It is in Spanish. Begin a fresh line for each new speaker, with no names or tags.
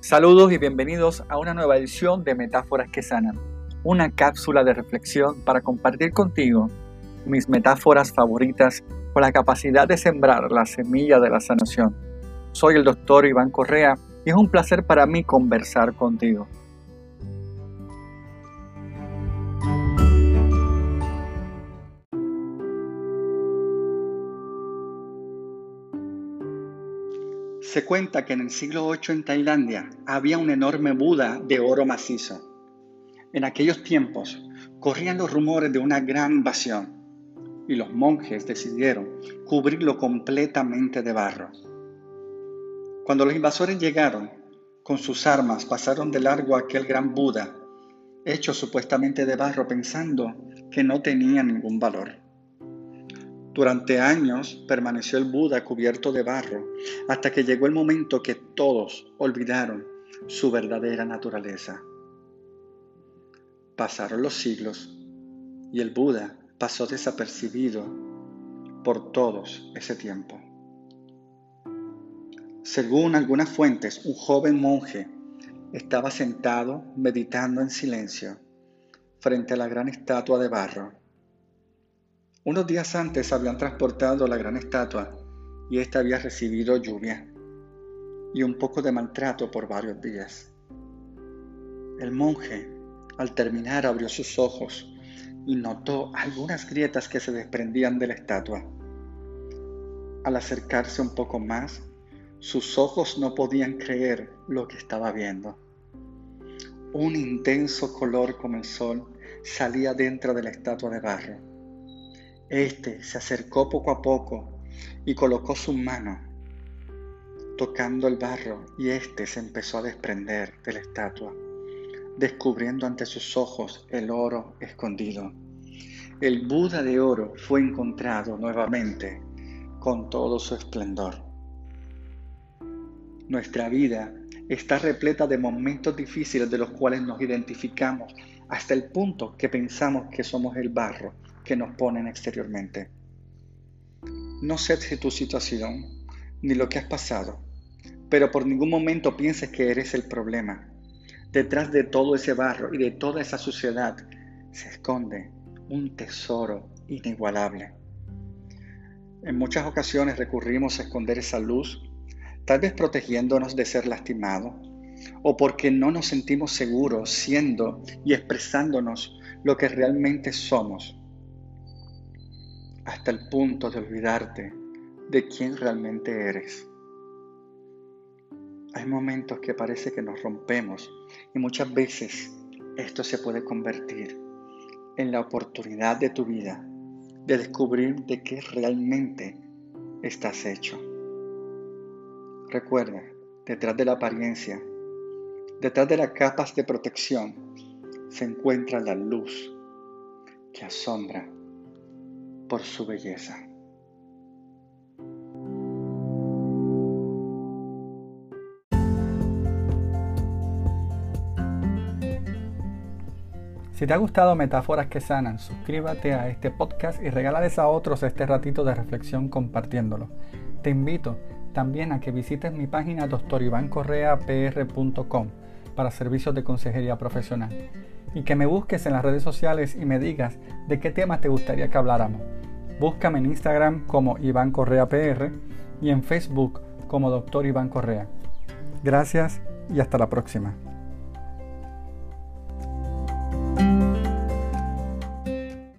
Saludos y bienvenidos a una nueva edición de Metáforas que Sanan, una cápsula de reflexión para compartir contigo mis metáforas favoritas con la capacidad de sembrar la semilla de la sanación. Soy el doctor Iván Correa y es un placer para mí conversar contigo. Se cuenta que en el siglo VIII en Tailandia había un enorme Buda de oro macizo. En aquellos tiempos corrían los rumores de una gran invasión y los monjes decidieron cubrirlo completamente de barro. Cuando los invasores llegaron, con sus armas pasaron de largo a aquel gran Buda, hecho supuestamente de barro, pensando que no tenía ningún valor. Durante años permaneció el Buda cubierto de barro hasta que llegó el momento que todos olvidaron su verdadera naturaleza. Pasaron los siglos y el Buda pasó desapercibido por todos ese tiempo. Según algunas fuentes, un joven monje estaba sentado meditando en silencio frente a la gran estatua de barro. Unos días antes habían transportado la gran estatua y ésta había recibido lluvia y un poco de maltrato por varios días. El monje, al terminar, abrió sus ojos y notó algunas grietas que se desprendían de la estatua. Al acercarse un poco más, sus ojos no podían creer lo que estaba viendo. Un intenso color como el sol salía dentro de la estatua de barro. Este se acercó poco a poco y colocó su mano tocando el barro y este se empezó a desprender de la estatua, descubriendo ante sus ojos el oro escondido. El Buda de oro fue encontrado nuevamente con todo su esplendor. Nuestra vida está repleta de momentos difíciles de los cuales nos identificamos hasta el punto que pensamos que somos el barro que nos ponen exteriormente. No sé si tu situación ni lo que has pasado, pero por ningún momento pienses que eres el problema. Detrás de todo ese barro y de toda esa suciedad se esconde un tesoro inigualable. En muchas ocasiones recurrimos a esconder esa luz, tal vez protegiéndonos de ser lastimados, o porque no nos sentimos seguros siendo y expresándonos lo que realmente somos, hasta el punto de olvidarte de quién realmente eres. Hay momentos que parece que nos rompemos y muchas veces esto se puede convertir en la oportunidad de tu vida de descubrir de qué realmente estás hecho. Recuerda, detrás de la apariencia, detrás de las capas de protección, se encuentra la luz que asombra por su belleza. Si te ha gustado Metáforas que Sanan, suscríbete a este podcast y regálales a otros este ratito de reflexión compartiéndolo. Te invito también a que visites mi página drivancorreapr.com para servicios de consejería profesional y que me busques en las redes sociales y me digas de qué temas te gustaría que habláramos. Búscame en Instagram como Iván Correa PR y en Facebook como Dr. Iván Correa. Gracias y hasta la próxima.